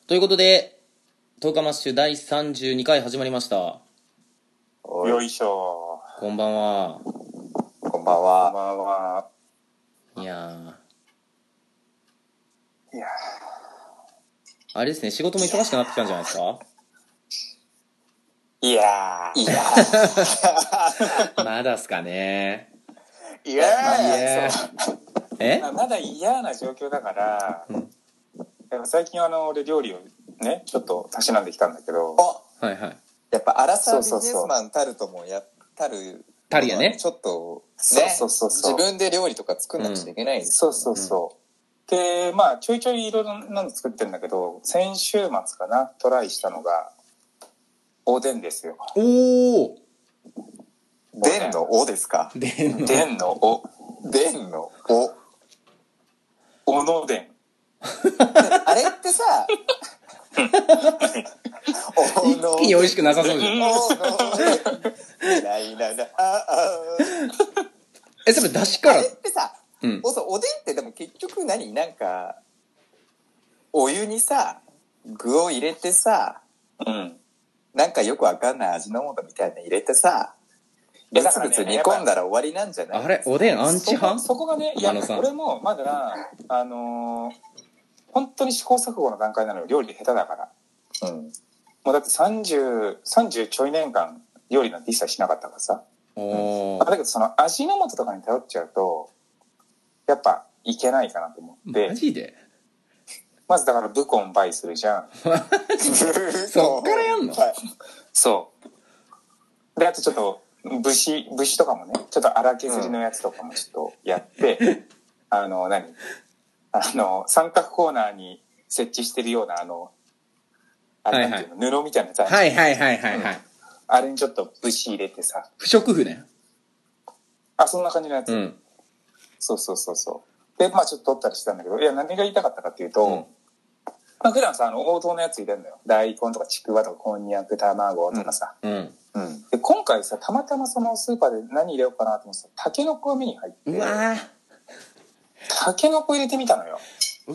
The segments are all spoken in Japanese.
ということで、トーカマッシュ第32回始まりました。 よいしょ。 こんばんは。 こんばんは。こんばんは。 いやいやあれですね、仕事も忙しくなってきたんじゃないですか？ いやまだっすかね。 いやえ？ まだ嫌な状況だから、でも最近俺料理をね、ちょっとたしなんできたんだけど。 はいはい。 やっぱアラサービジネスマンたるともたるやね。 ちょっとね、 自分で料理とか作んなくちゃいけないんです、 で、まあちょいちょいいろいろなの作ってるんだけど、先週末かな、トライしたのがおでんですよ。 おー。 でんのおですか？ でんのお。 でんのお。 おのでん。 あれってさ、 一気に美味しくなさそうじゃん。それ出汁から。 あれってさ、おでんってでも結局なんか、お湯にさ、具を入れてさ、なんかよくわかんない味の素みたいなの入れてさ、ぐつぐつ煮込んだら終わりなんじゃない？ あれおでんアンチ派？ そこがね、いや、俺もまだ、本当に試行錯誤の段階なのよ、料理下手だから。もうだって30ちょい年間料理なんて一切しなかったからさ。だけどその味の素とかに頼っちゃうと、やっぱいけないかなと思って。 マジで？ まずだからブコンバイするじゃん。 そっからやんの？ そう。で、あとちょっと、節とかもね、ちょっと粗削りのやつとかもちょっとやって、三角コーナーに設置してるようなあれなんていうの、布みたいなやつある。 はい。 あれにちょっと節入れてさ。 不織布ね。 あ、そんな感じのやつ。そう。で、まあちょっと取ったりしたんだけど、いや、何が言いたかったかっていうと、まあ普段さ、王道のやつ入れるのよ。大根とかちくわとかこんにゃく、卵とかさ。で、今回さ、たまたまそのスーパーで何入れようかなと思ってさ、タケノコが目に入って、 うわタケノコ入れてみたのよ。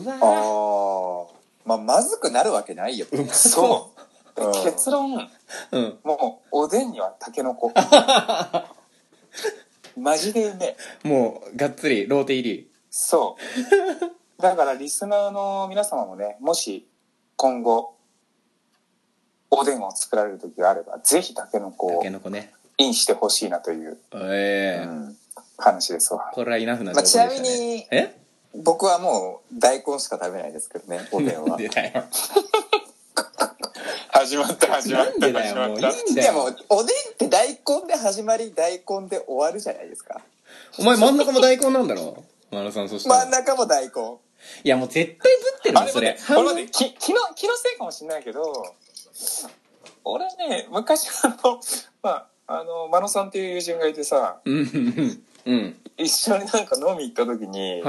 まあ、まずくなるわけないよ。 そう。結論、もう、おでんにはタケノコ。マジでうめえ。 もう、がっつり、ローテ入り。 そう。だから、リスナーの皆様もね、もし、今後、おでんを作られる時があれば、ぜひタケノコをインしてほしいなという、話ですわ。 これはイナフな情報でちなみに、僕はもう大根しか食べないですけどね、おでんは。 出たよ。 始まった。 なんでだよ、もういいんだよ。 いやもう、おでんって大根で始まり、大根で終わるじゃないですか。 お前真ん中も大根なんだろ？マナさん、そしたら。 真ん中も大根。 いやもう絶対ぶってるのそれ。 気のせいかもしれないけど、俺ね、昔マノさんっていう友人がいてさ、一緒になんか飲み行った時に、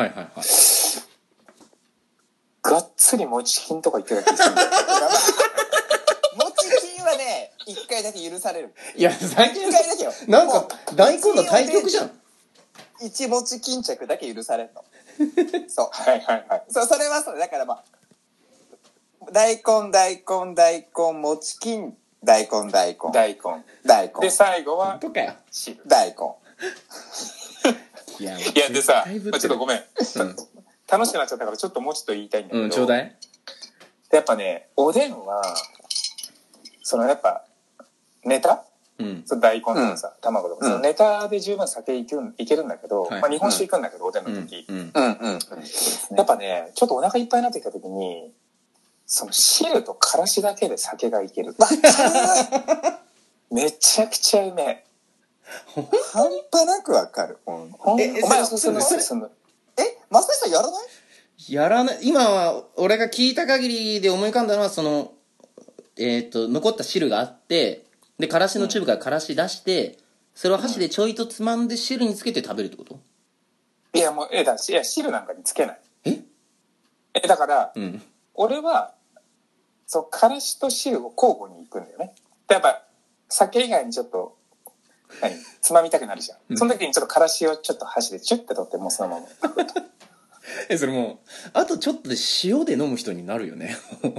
がっつりもち金とか言ってた気がするんだよ。 もち金はね、一回だけ許される。 いや、最近一回だけよ。 なんか大根の対局じゃん。 一もち巾着だけ許されるの。そう。 そう、 それはそう。だからまあ、大根、もち金、大根。 で、最後は、 汁。大根。 いや、でさ、ちょっとごめん。楽しくなっちゃったから、ちょっともうちょっと言いたいんだけど。 ちょうだい。 やっぱね、おでんは、やっぱ、ネタ大根とかさ、卵とかさ、ネタで十分酒いけるんだけど、まあ日本酒いくんだけど、おでんの時。やっぱね、ちょっとお腹いっぱいになってきた時に、その汁とからしだけで酒がいける。めちゃくちゃうめえ。 半端なくわかる。お前は進む。マサイさんやらない？ 今、俺が聞いた限りで思い浮かんだのは、残った汁があって、で、からしのチューブからからし出して、それを箸でちょいとつまんで汁につけて食べるってこと？ いや、もう、汁なんかにつけない。だから、俺は、からしと汁を交互にいくんだよね。で、やっぱ、酒以外にちょっと、つまみたくなるじゃん。その時にちょっとからしをちょっと箸でチュッて取って、もうそのまま。 それもう、あとちょっとで塩で飲む人になるよね。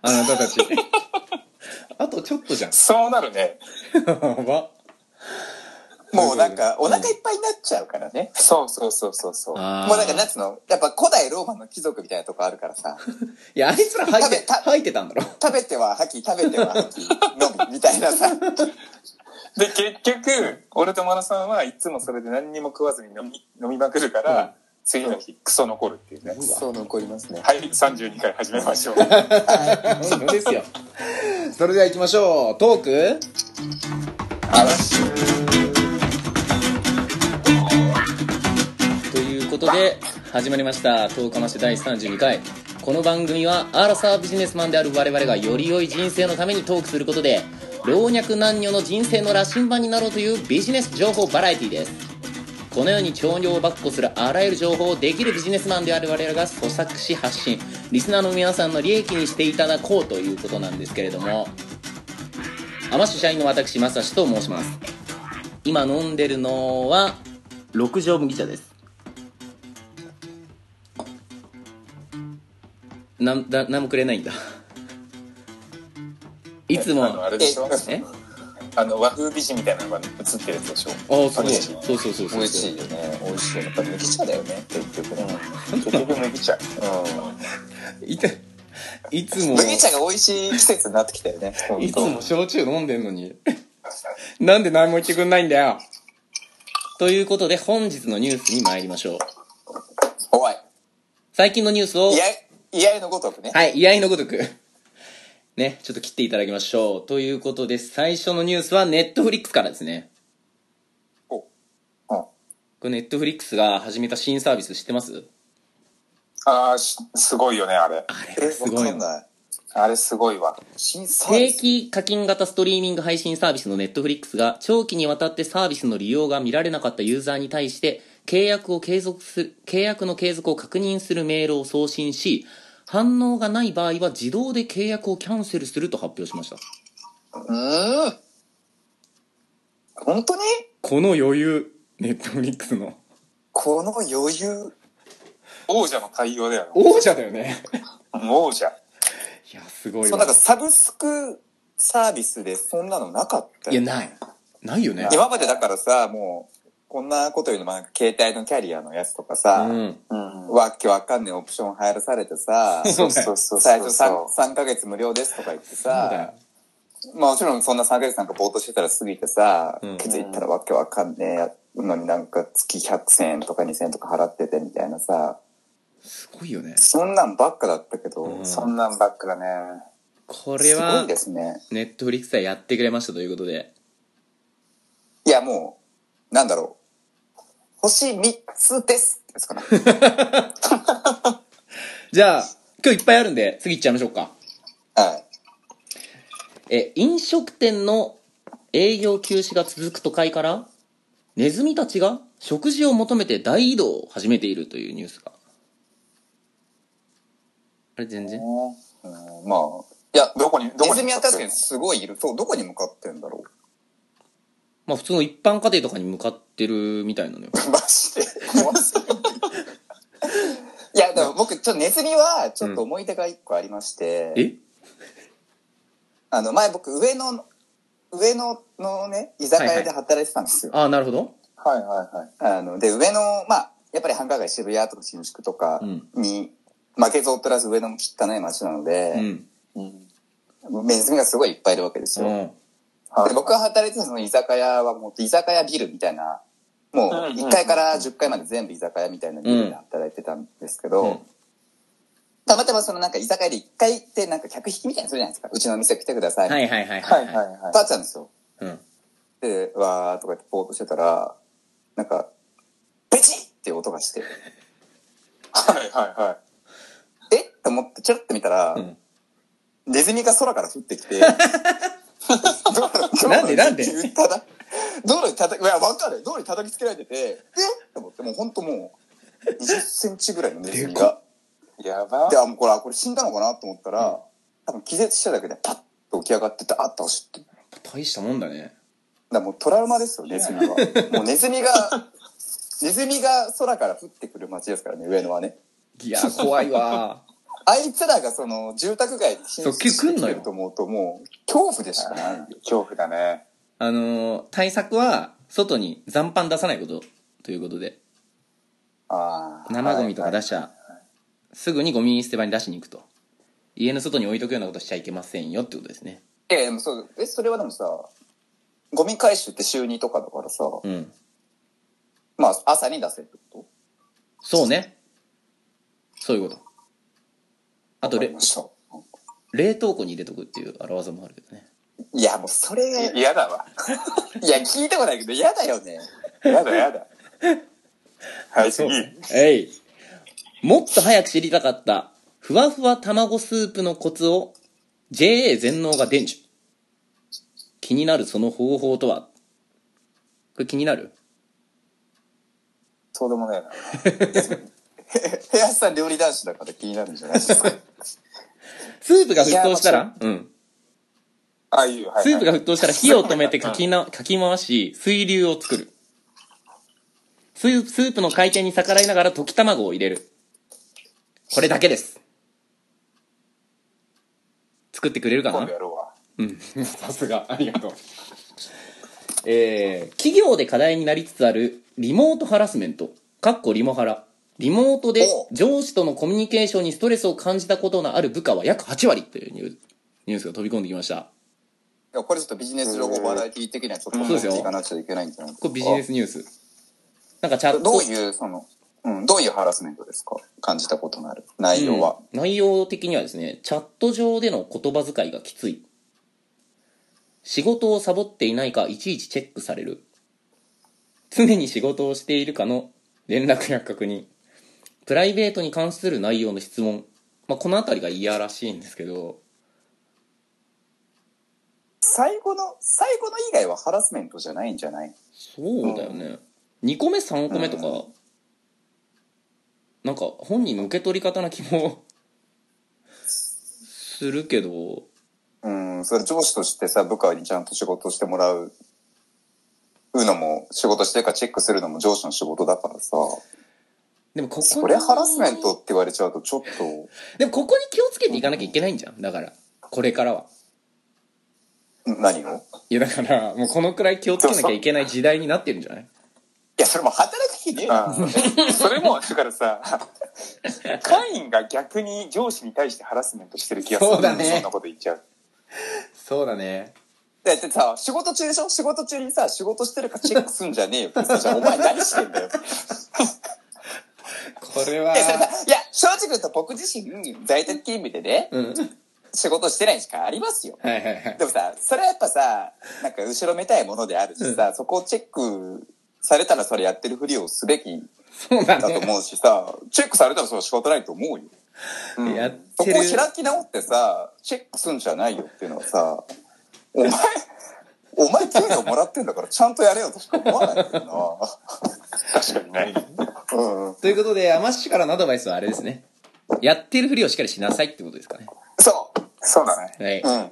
あなたたち。あとちょっとじゃん。 そうなるね。 やば。 もうなんか、お腹いっぱいになっちゃうからね。 そうそうそうそうそう。もうなんか、なんつうの、やっぱ古代ローマの貴族みたいなとこあるからさ。 いや、あいつら吐いてたんだろ。 食べては吐き、食べては吐き、飲み、みたいなさ。 で、結局、俺とマナさんはいつもそれで何にも食わずに飲みまくるから、次の日、クソ残るっていうね。 クソ残りますね。 はい、32回始めましょう。 そうですよ。それでは行きましょう。トークということで始まりましたトーク話第32回。この番組はアラサービジネスマンである我々がより良い人生のためにトークすることで老若男女の人生の羅針盤になろうというビジネス情報バラエティです。このように長尿をばっこするあらゆる情報をできるビジネスマンである我々が咀嚼し発信、リスナーの皆さんの利益にしていただこうということなんですけれども、アマッシュ社員の私まさしと申します。今飲んでるのは六条麦茶です。何もくれないんだ。いつもあれでしょ、和風美人みたいなのが映ってるやつでしょ。 ああ、そうそう美味しいよね。美味しい。やっぱ麦茶だよね、結局ね。 結局麦茶。 いつも麦茶が美味しい季節になってきたよね。 いつも焼酎飲んでんのになんで何も言ってくんないんだよ。ということで本日のニュースに参りましょう。 おい。 最近のニュースを居合のごとくね。 はい、居合のごとくね、ちょっと切っていただきましょう。ということで最初のニュースはネットフリックスからですね。これネットフリックスが始めた新サービス知ってます？ すごいよね、あれ。 あれすごいわ。 あれすごいわ。 定期課金型ストリーミング配信サービスのネットフリックスが長期にわたってサービスの利用が見られなかったユーザーに対して契約の継続を確認するメールを送信し、反応がない場合は自動で契約をキャンセルすると発表しました。 本当に？ この余裕、ネットフリックスのこの余裕、 王者の対応だよね。 王者だよね。 王者。 いやすごいわ。 そう、なんかサブスクサービスでそんなのなかったよ。 いやないよね。 今までだからさ、もうこんなこと言うのもなんか携帯のキャリアのやつとかさ、わけわかんねえオプション入らされてさ、最初 3ヶ月無料ですとか言ってさ、まあもちろんそんな3ヶ月なんかぼーっとしてたら過ぎてさ、気づいたらわけわかんねえのになんか月100円とか2000円とか払っててみたいなさ、 すごいよね。 そんなんばっかだったけど、 そんなんばっかだね。 これはすごいですね。 ネットフリックスはやってくれましたということで。 いやもうなんだろう、星3つですですかね。 じゃあ今日いっぱいあるんで次いっちゃいましょうか。 はい。 飲食店の営業休止が続く都会からネズミたちが食事を求めて大移動を始めているというニュースが。あれ全然まあいやどこにネズミは確かにすごいいる。そう、どこに向かってんだろう。 まあ普通の一般家庭とかに向かってるみたいなのよ。 マジで怖すぎる。いやでも僕ちょっとネズミはちょっと思い出が一個ありまして、前僕上野のね居酒屋で働いてたんですよ。 ああなるほど。 はいはいはい。 で上野まあやっぱり繁華街渋谷とか新宿とかに負けず劣らず上野も汚い街なので、ネズミがすごいいっぱいいるわけですよ。で僕が働いてたその居酒屋はもう居酒屋ビルみたいな、もう1階から10階まで全部居酒屋みたいなビルで働いてたんですけど、たまたまそのなんか居酒屋で1階ってなんか客引きみたいにするじゃないですか。うちの店来てください。 はいはいはいはいはいはい。立っちゃうんですよ。で、わーとか言ってポーとしてたら、なんか、ペチッっていう音がして。 はいはいはい。 と思ってチラッと見たら、ネズミが空から降ってきて、 なんで道路に叩きつけられてて、と思って、もうほんともう20センチぐらいのネズミが。 やば。 で、もうこれ死んだのかなと思ったら、多分気絶しただけでパッと起き上がってダーッと走って。 大したもんだね。 だからもうトラウマですよ、ネズミは。もうネズミが空から降ってくる街ですからね、上野はね。 いや怖いわ。 あいつらがその住宅街に進出してきてると思うともう恐怖でしかないよ。 恐怖だね。 対策は外に残飯出さないことということで、生ゴミとか出しちゃ、すぐにゴミ捨て場に出しに行くと。家の外に置いとくようなことしちゃいけませんよってことですね。 でもそれはでもさ、ゴミ回収って週2とかだからさ、まあ朝に出せってこと？ そうね。そういうこと。あと冷凍庫に入れとくっていう荒技もあるけどね。 いやもうそれ嫌だわ。 いや聞いたことないけど嫌だよね。 嫌だ。はい、次。 もっと早く知りたかったふわふわ卵スープのコツを JA 全農が伝授。気になるその方法とは？これ気になる？ そうでもねえな。林さん料理男子だから気になるんじゃないですか。 スープが沸騰したら、 いいよ。 スープが沸騰したら火を止めてかき回し、水流を作る。スープの回転に逆らいながら溶き卵を入れる。これだけです。作ってくれるかな？ 今度やろうわ。 さすが、ありがとう。企業で課題になりつつあるリモートハラスメント、リモハラ。リモートで上司とのコミュニケーションにストレスを感じたことのある部下は約8割というニュースが飛び込んできました。 いや、これちょっとビジネス情報バラエティ的にはちょっとそうですよ。 いかなきゃいけないんじゃないですか。 これビジネスニュース。なんかチャット。 どういうハラスメントですか？感じたことのある内容は。 内容的にはですね、チャット上での言葉遣いがきつい。仕事をサボっていないかいちいちチェックされる。常に仕事をしているかの連絡や確認。プライベートに関する内容の質問。このあたりが嫌らしいんですけど。 最後の以外はハラスメントじゃないんじゃない？ そうだよね。2個目3個目とか、なんか本人の受け取り方な気もするけど。 それ上司としてさ、部下にちゃんと仕事してもらうのも、仕事してるかチェックするのも上司の仕事だからさ。 でもそれハラスメントって言われちゃうとちょっと。 でもここに気をつけていかなきゃいけないんじゃん。だから、これからは。 何を？ いやだから、もうこのくらい気をつけなきゃいけない時代になってるんじゃない？いや、それも働く気ねえな。 それも、だからさ、会員が逆に上司に対してハラスメントしてる気がする。 そうだね。 そんなこと言っちゃう。 そうだね。 だってさ、仕事中でしょ？仕事中にさ、仕事してるかチェックすんじゃねえよってさ、じゃあお前何してんだよ。 これは。 いや、正直言うと僕自身、在宅勤務でね、仕事してないしかありますよ。でもさ、それはやっぱさ、なんか後ろめたいものであるしさ、そこをチェックされたらそれやってるふりをすべきだと思うしさ、チェックされたらそれは仕方ないと思うよ。そこを開き直ってさ、チェックすんじゃないよっていうのはさ、お前給料もらってんだからちゃんとやれよとしか思わないけどな。 確かにね。 ということで、アマッシュからのアドバイスはあれですね。やってるふりをしっかりしなさいってことですかね。 そうだね。 はい。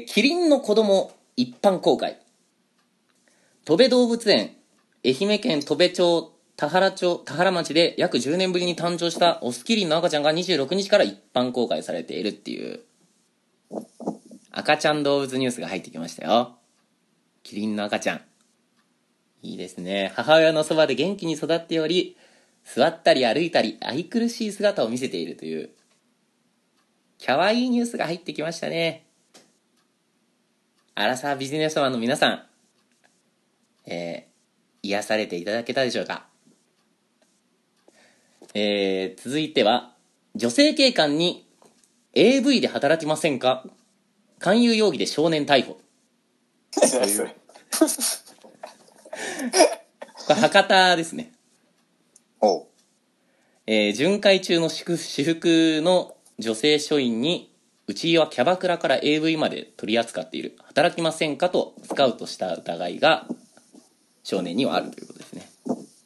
キリンの子供一般公開。戸部動物園、愛媛県戸部町田原町で約10年ぶりに誕生したオスキリンの赤ちゃんが26日から一般公開されているっていう赤ちゃん動物ニュースが入ってきましたよ。キリンの赤ちゃん、いいですね。母親のそばで元気に育っており、座ったり歩いたり愛くるしい姿を見せているという可愛いニュースが入ってきましたね。アラサービジネスマンの皆さん、癒されていただけたでしょうか。続いては、女性警官に AV で働きませんか？勧誘容疑で少年逮捕。これ博多ですね。巡回中の私服の女性署員に内岩キャバクラから AV まで取り扱っている、働きませんかとスカウトした疑いが少年にはあるということですね。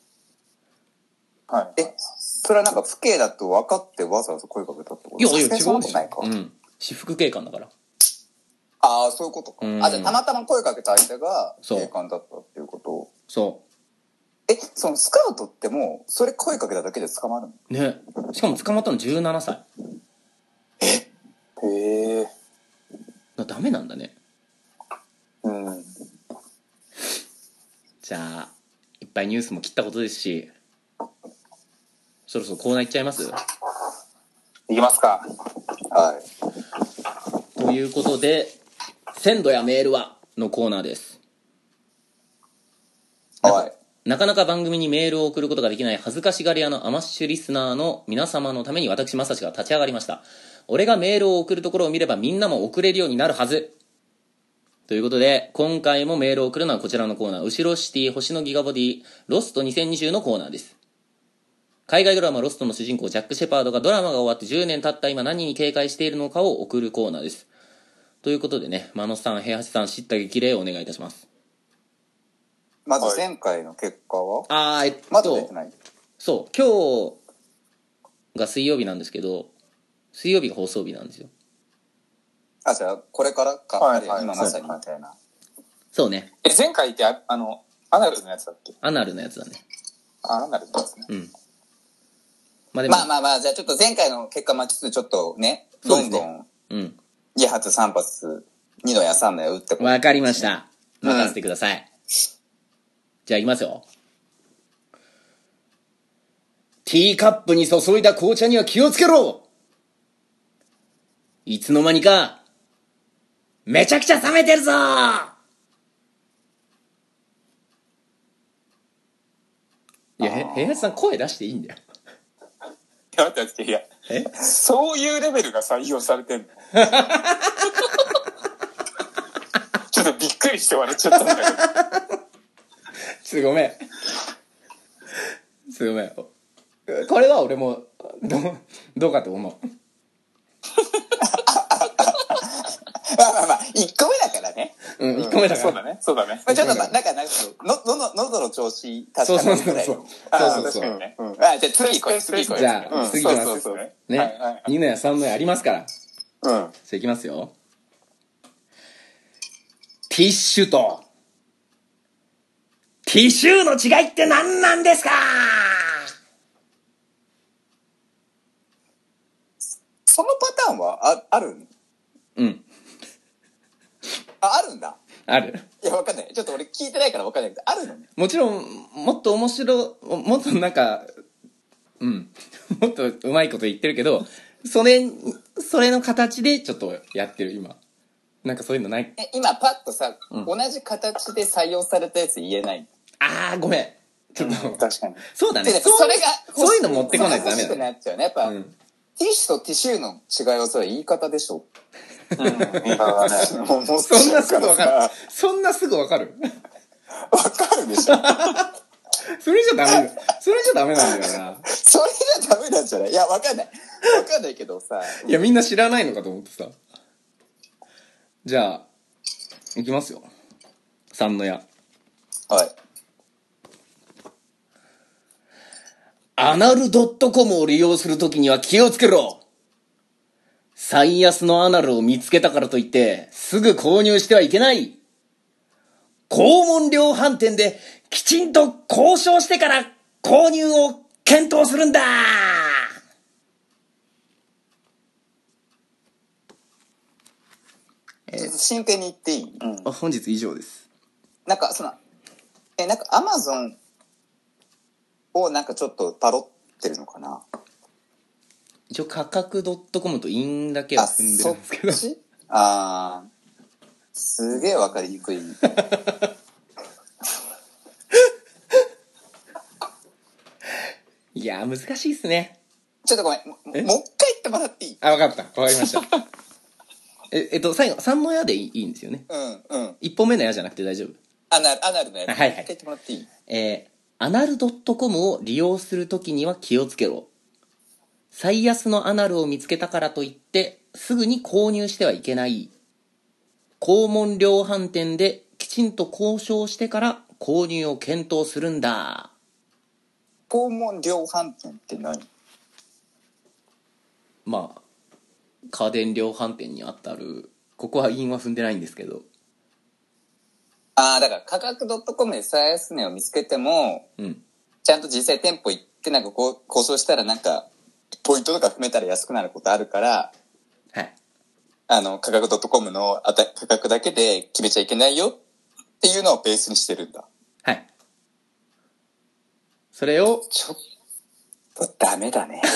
はい。 それはなんか不敬だと分かってわざわざ声かけたってこと？ いや違うでしょ。 ないか。 私服警官だから。 ああ、そういうことか。じゃあたまたま声かけた相手が警官だったっていうこと。 そう。 そのスカウトってもうそれ声かけただけで捕まるの？ ね。しかも捕まったの17歳。 へえ。 ダメなんだね。 うん。 じゃあいっぱいニュースも切ったことですし、そろそろコーナー行っちゃいます？ いきますか。 はい。 ということで、鮮度やメールはのコーナーです。 はい。 なかなか番組にメールを送ることができない恥ずかしがり屋のアマッシュリスナーの皆様のために私まさしが立ち上がりました。俺がメールを送るところを見ればみんなも送れるようになるはずということで、今回もメールを送るのはこちらのコーナー、後ろシティ星のギガボディロスト2020のコーナーです。海外ドラマロストの主人公ジャック・シェパードがドラマが終わって10年経った今何に警戒しているのかを送るコーナーです。ということでね、真野さん、平橋さん、知った激励をお願いいたします。 まず前回の結果は？ まだ出てない。 そう、今日が水曜日なんですけど、水曜日が放送日なんですよ。 じゃあこれからか、今まさにみたいな。 そうね。 前回ってアナルのやつだっけ？ アナルのやつだね。 アナルのやつね。 うん。 まあ、じゃあちょっと前回の結果待ちつつ、ちょっとね、どんどん、2発3発、2の矢3の矢打ってこう。 わかりました。任せてください。じゃあいきますよ。ティーカップに注いだ紅茶には気をつけろ。いつの間にかめちゃくちゃ冷めてるぞ。いや、平八さん声出していいんだよ。 待って、いや、そういうレベルが採用されてんの？ちょっとびっくりして笑っちゃったんだけど。ごめん。ごめん。これは俺もどうかと思う。 まあ1個目だからね。 1個目だから。 そうだね。 ちょっとなんか喉の調子確かめるぐらい。 そう確かにね。 じゃあ次行こう。 じゃあ次行きます。ね。2のや3のやありますから。じゃあ行きますよ。ティッシュとティッシュの違いって何なんですか？ そのパターンはある？ うん。 あるんだ。 ある。 いや、わかんない。ちょっと俺聞いてないからわかんないけど、あるのね。 もちろん、もっとなんか、もっとうまいこと言ってるけど、それの形でちょっとやってる、今。なんかそういうのない？ 今パッとさ、同じ形で採用されたやつ言えない？ ごめん。ちょっと、 確かに。 そうだね。そういうの持ってこないとダメだね。 なっちゃうね。やっぱ、ティッシュとティッシュの違いはそれ言い方でしょ。 言い方だね。 そんなすぐわかる？そんなすぐわかる？ わかるでしょ。 それじゃダメなんだよな。 それじゃダメなんじゃない？いや、わかんないけどさ。 いや、みんな知らないのかと思ってさ。じゃあ、いきますよ。3の矢。 はい。 アナル .com を利用するときには気をつけろ。最安のアナルを見つけたからといってすぐ購入してはいけない。肛門量販店できちんと交渉してから購入を検討するんだ。 真剣に言っていい？ 本日以上です。 なんかアマゾンをなんかちょっとパロってるのかな。 一応価格 .com と印だけは踏んでるんですけど。 すげえわかりにくい。 いや難しいっすね。 ちょっとごめん、もう一回言ってもらっていい？ わかった、わかりました。最後3の矢でいいんですよね。1本目の矢じゃなくて大丈夫？ アナルのやつ。 はい。 言ってもらっていい？ アナル .com を利用するときには気をつけろ。最安のアナルを見つけたからといってすぐに購入してはいけない。肛門量販店できちんと交渉してから購入を検討するんだ。 肛門量販店って何？ まあ家電量販店にあたる、ここは印は踏んでないんですけど。 だから価格 .com で最安値を見つけても、 うん、 ちゃんと実際店舗行ってなんかこう交渉したらなんかポイントとか含めたら安くなることあるから、 はい、 価格 .com の価格だけで決めちゃいけないよっていうのをベースにしてるんだ。 はい。それをちょっとダメだね。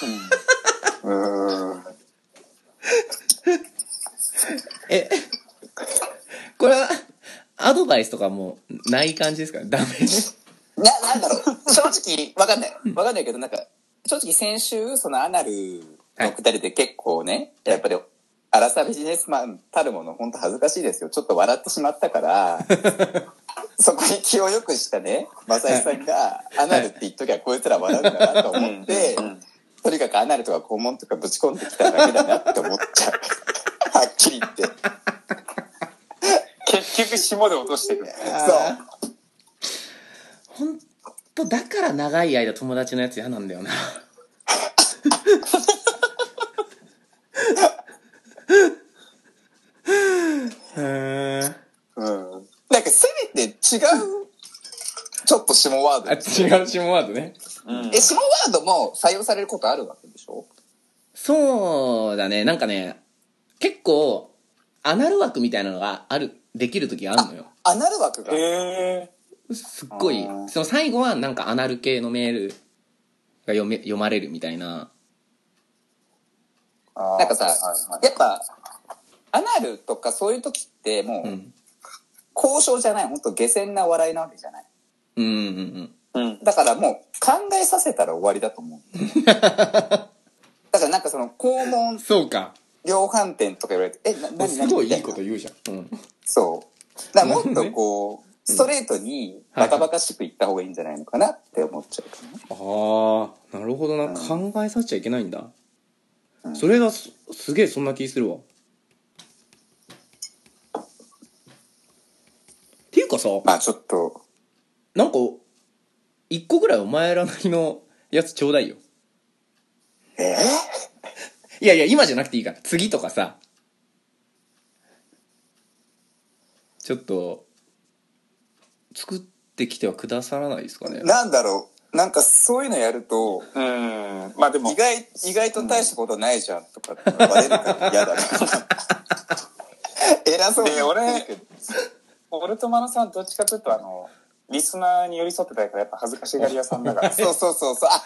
これはアドバイスとかもない感じですかね。ダメなんだろう、正直わかんないけど、なんか正直先週そのアナルのくだりで結構ね、はい、やっぱりアラサービジネスマンたるもの本当恥ずかしいですよ。ちょっと笑ってしまったからそこに気をよくしたね正井さんがアナルって言っときゃこいつら笑うんだなと思って、とにかくアナルとか肛門とかぶち込んできただけだなって思っちゃうはっきり言って結局霜で落としてくる。 そうほんとだから長い間友達のやつ嫌なんだよななんかせめて違うちょっと下ワード、 違う下ワードね、 下ワードも採用されることあるわけでしょ。 そうだね。なんかね、結構アナル枠みたいなのができる時があるのよ。 アナル枠がすっごい、その最後はなんかアナル系のメールが読まれるみたいな。 なんかさ、やっぱアナルとかそういう時ってもう、交渉じゃない、本当下船な笑いなわけじゃない。だからもう考えさせたら終わりだと思うだからなんかその肛門そうか量販店とか言われて何すごいいいこと言うじゃん、 そうだからもっとこうストレートにバカバカしく言った方がいいんじゃないのかなって思っちゃうかな。 なるほどな、考えさせちゃいけないんだ、それがすげえそんな気するわ。っていうかさ、 まあちょっとなんか1個ぐらいお前らなりのやつちょうだいよ。いや今じゃなくていいから次とかさ、ちょっと作ってきてはくださらないですかね。 なんだろう、なんかそういうのやるとまあでも意外と大したことないじゃんとかってバレるから嫌だな偉そうに俺とマナさんどっちかというとリスナーに寄り添ってたからやっぱ恥ずかしがり屋さんだからそうそう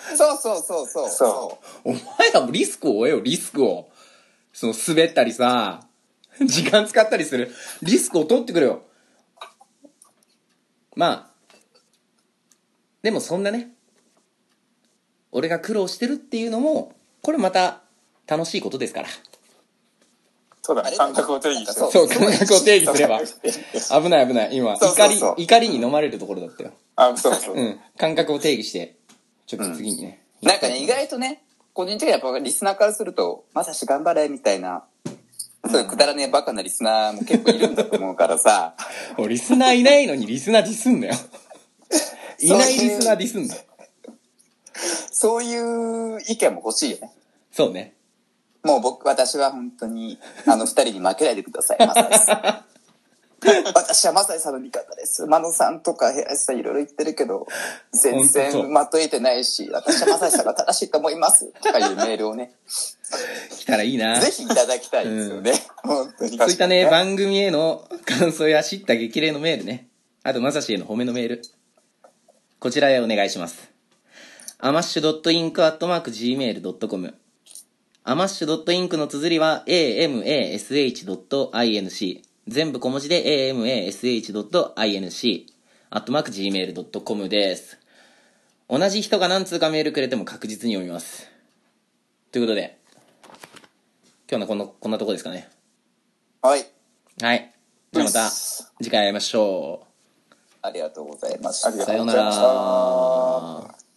お前らもリスクを負えよ。リスクをその滑ったりさ時間使ったりするリスクを取ってくれよ。まあでもそんなね、俺が苦労してるっていうのもこれまた楽しいことですから。 そうだね、感覚を定義して。 そう、感覚を定義すれば危ない今怒りに飲まれるところだったよ。感覚を定義してちょっと次にね、 なんかね、意外とね、個人的にはやっぱリスナーからするとまさし頑張れみたいな、そういうくだらねえバカなリスナーも結構いるんだと思うからさリスナーいないのにリスナーディスんなよいないリスナーディスんなよ。 そういう意見も欲しいよね。 そうね。 もう私は本当に二人に負けないでくださいマサイさん私はマサイさんの味方です。マノさんとか平井さんいろいろ言ってるけど全然まとえてないし、私はマサイさんが正しいと思いますとかいうメールをね来たらいいな。 ぜひいただきたいですよね、本当に。 そういったね、番組への感想や知った激励のメールね、あとマサシへの褒めのメール、こちらへお願いします。amash.inc@gmail.com、 amash.inc の綴りは amash.inc、 全部小文字で amash.inc @gmail.com です。同じ人が何通かメールくれても確実に読みます。ということで今日のこんなとこですかね。はい。じゃあまた次回会いましょう。 ありがとうございました。 さようなら。